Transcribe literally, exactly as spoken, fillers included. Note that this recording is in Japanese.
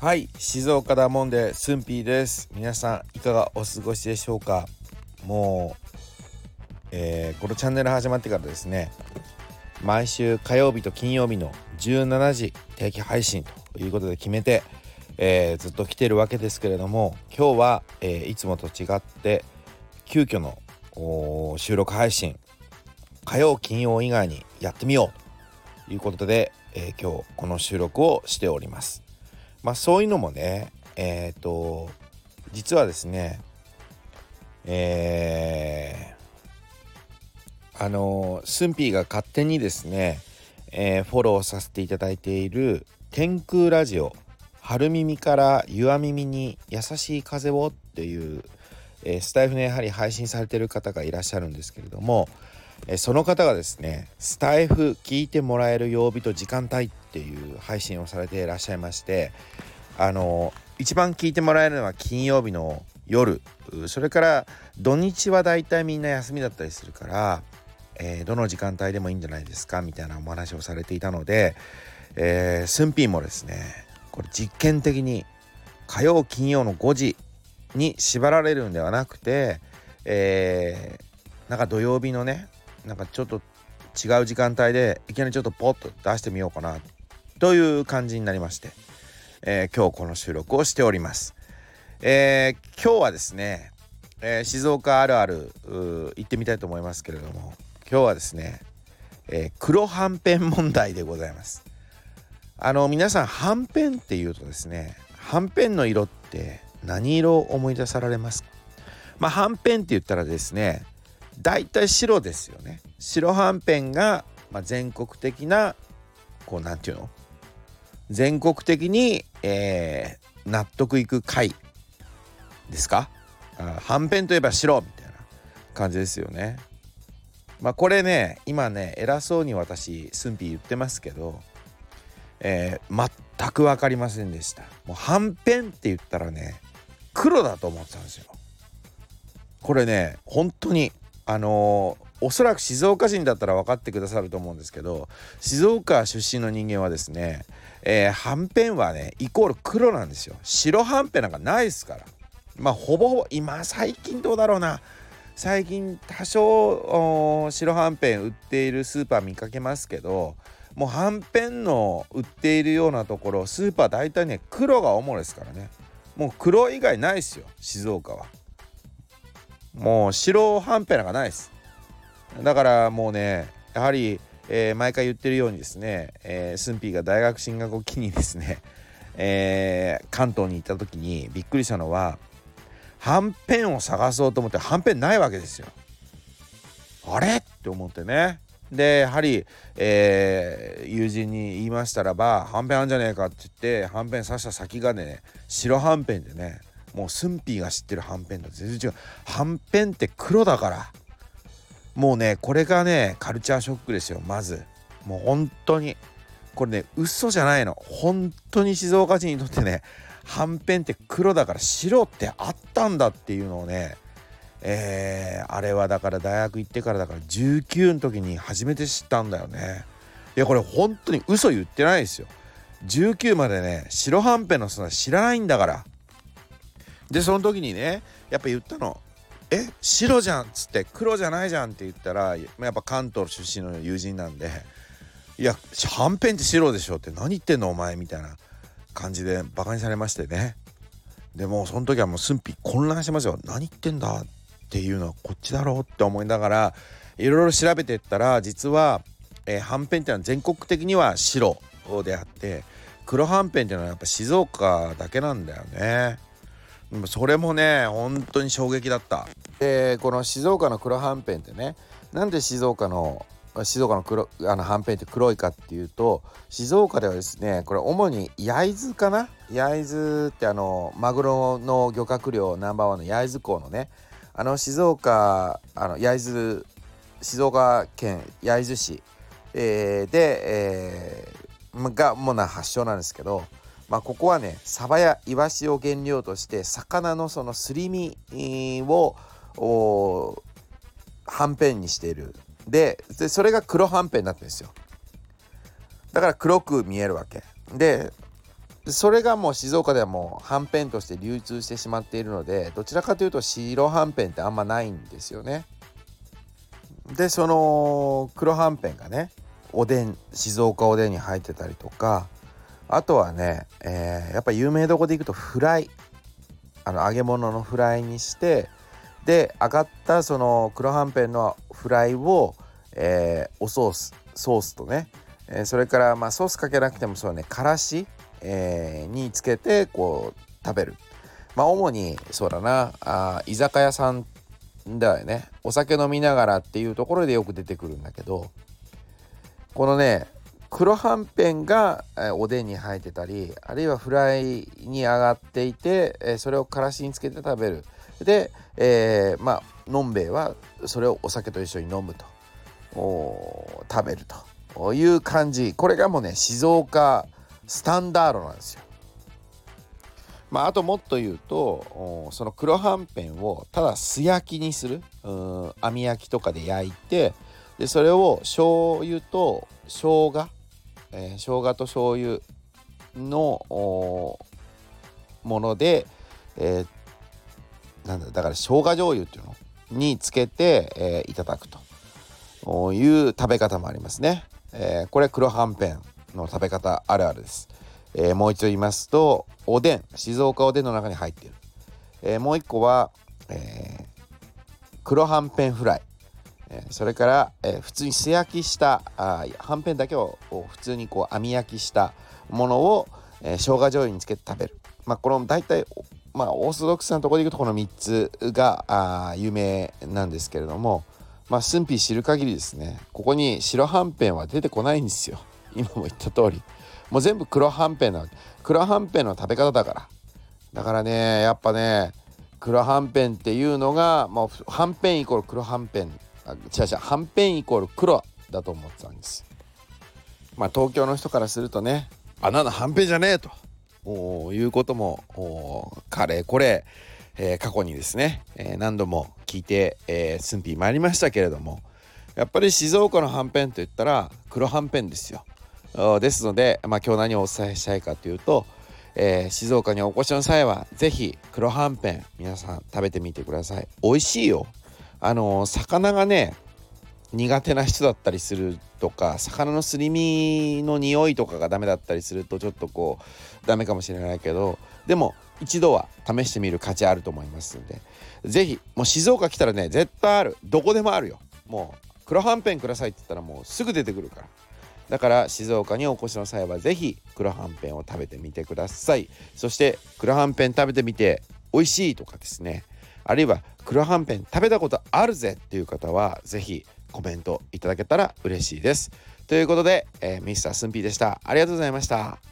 はい、静岡だもんでスンピーです。皆さんいかがお過ごしでしょうか。もう、えーこのチャンネル始まってからですね、毎週火曜日と金曜日のじゅうしちじ定期配信ということで決めて、えーずっと来てるわけですけれども、今日は、えーいつもと違って急遽の収録配信、火曜金曜以外にやってみようということで、えー今日この収録をしております。まあそういうのもね、えっと実はですね、えー、あのスンピーが勝手にですね、えーフォローさせていただいている天空ラジオ、春耳から夕耳に優しい風をっていう、えースタイフでやはり配信されている方がいらっしゃるんですけれども、えーその方がですね、スタイフ聞いてもらえる曜日と時間帯っていう配信をされていらっしゃいまして、あの一番聞いてもらえるのは金曜日の夜、それから土日はだいたいみんな休みだったりするから、えーどの時間帯でもいいんじゃないですかみたいなお話をされていたので、えー、スンピーもですね、これ実験的に火曜金曜のごじに縛られるんではなくて、えー、なんか土曜日のね、なんかちょっと違う時間帯でいきなりちょっとポッと出してみようかなという感じになりまして、えー今日この収録をしております。えー今日はですね、えー静岡あるある行ってみたいと思いますけれども、今日はですね、えー黒はんぺん問題でございます。あの皆さん、はんぺんっていうとですね、はんぺんの色って何色を思い出されますか？まあはんぺんって言ったらですね、だいたい白ですよね。白はんぺんが、まあ、全国的なこうなんていうの全国的に、えー納得いく回ですか？あ、はんぺんといえば白みたいな感じですよね。まあこれね、今ね偉そうに私スンピー言ってますけど、えー全く分かりませんでした。もうはんぺんって言ったらね、黒だと思ってたんですよ。これね、本当にあのーおそらく静岡人だったら分かってくださると思うんですけど、静岡出身の人間はですね、えー、はんぺんはねイコール黒なんですよ。白はんぺんなんかないですから。まあほぼほぼ今最近どうだろうな、最近多少白はんぺん売っているスーパー見かけますけど、もうはんぺんの売っているようなところスーパー大体ね黒が主ですからね。もう黒以外ないですよ、静岡は。もう白はんぺんなんかないです。だからもうね、やはり、えー毎回言ってるようにですね、えースンピーが大学進学を機にですね、えー関東に行った時にびっくりしたのは、はんぺんを探そうと思ってはんぺんないわけですよ。あれって思ってね。でやはり、えー友人に言いましたらば、はんぺんあんじゃねえかって言ってはんぺん刺した先がね白はんぺんでね、もうスンピーが知ってるはんぺんと全然違う。はんぺんって黒だから、もうねこれがねカルチャーショックですよ。まずもう本当にこれね嘘じゃないの、本当に静岡人にとってね、はんぺんって黒だから白ってあったんだっていうのをね、えー、あれはだから大学行ってからだからじゅうきゅうの時に初めて知ったんだよね。いやこれ本当に嘘言ってないですよ。じゅうきゅうまでね白はんぺんのそんな知らないんだから。でその時にねやっぱ言ったの、え白じゃんっつって、黒じゃないじゃんって言ったら、やっぱ関東出身の友人なんで、いやはんぺんって白でしょって、何言ってんのお前みたいな感じでバカにされましてね。でもその時はもうスンピ混乱してますよ。何言ってんだっていうのはこっちだろうって思いながらいろいろ調べていったら、実は、えー、はんぺんっていうのは全国的には白であって、黒はんぺんっていうのはやっぱ静岡だけなんだよね。それもね本当に衝撃だった。でこの静岡の黒はんぺんってね、なんで静岡の静岡の黒あのはんぺんって黒いかっていうと、静岡ではですね、これ主に焼津かな、焼津ってあのマグロの漁獲量ナンバーワンの焼津港のね、あの静岡あの焼津静岡県焼津市、えー、で、えー、が主な発祥なんですけど、まあ、ここはねサバやイワシを原料として魚のそのすり身をはんぺんにしている。ででそれが黒はんぺんになってるんですよ。だから黒く見えるわけで、 それがもう静岡ではもうはんぺんとして流通してしまっているので、どちらかというと白はんぺんってあんまないんですよね。でその黒はんぺんがね、おでん静岡おでんに入ってたりとか、あとはね、えー、やっぱ有名どこでいくとフライ、あの揚げ物のフライにして、で揚がったその黒はんぺんのフライを、えー、おソースソースとね、えー、それからまあソースかけなくてもそうね、からし、えー、につけてこう食べる。まあ主にそうだなあ、居酒屋さんだよね、お酒飲みながらっていうところでよく出てくるんだけど、このね黒はんぺんが、えー、おでんに入ってたり、あるいはフライに上がっていて、えー、それをからしにつけて食べる。で、えー、まあのんべえはそれをお酒と一緒に飲むと、食べるという感じ。これがもうね静岡スタンダードなんですよ。まあ、あともっと言うと、その黒はんぺんをただ素焼きにする、うん、網焼きとかで焼いて、でそれを醤油と生姜、えー、生姜と醤油のもので、えー、なんだだから生姜醤油っていうのにつけて、えー、いただくという食べ方もありますね。えー、これ黒はんぺんの食べ方あるあるです。えー、もう一度言いますと、おでん、静岡おでんの中に入っている。えー、もう一個は、えー、黒はんぺんフライ、えー、それから、えー、普通に素焼きしたあはんぺんだけを普通にこう網焼きしたものを、えー、生姜醤油につけて食べる。まあこの大体まあオーソドックスなところでいくとこのみっつがあ有名なんですけれども、まあ駿府知る限りですね、ここに白はんぺんは出てこないんですよ。今も言った通り、もう全部黒はんぺんなわけ。黒はんぺんの食べ方だから。だからね、やっぱね、黒はんぺんっていうのがもうはんぺんイコール黒はんぺん、あ違う違う、はんぺんイコール黒だと思ってたんです。まあ東京の人からするとね、あなんだはんぺんじゃねえということもかれこれ、えー、過去にですね、えー、何度も聞いて、えー、駿府参りましたけれども、やっぱり静岡のはんぺんといったら黒はんぺんですよ。ですので、まあ、今日何をお伝えしたいかというと、えー、静岡にお越しの際はぜひ黒はんぺん皆さん食べてみてください。美味しいよ。あのー、魚がね苦手な人だったりするとか、魚のすり身の匂いとかがダメだったりするとちょっとこうダメかもしれないけど、でも一度は試してみる価値あると思いますので、ぜひもう静岡来たらね絶対ある、どこでもあるよ。もう黒はんぺんくださいって言ったらもうすぐ出てくるから。だから静岡にお越しの際はぜひ黒はんぺんを食べてみてください。そして黒はんぺん食べてみて美味しいとかですね、あるいは黒はんぺん食べたことあるぜっていう方はぜひコメントいただけたら嬉しいです。ということで、えー、ミスタースンピーでした。ありがとうございました。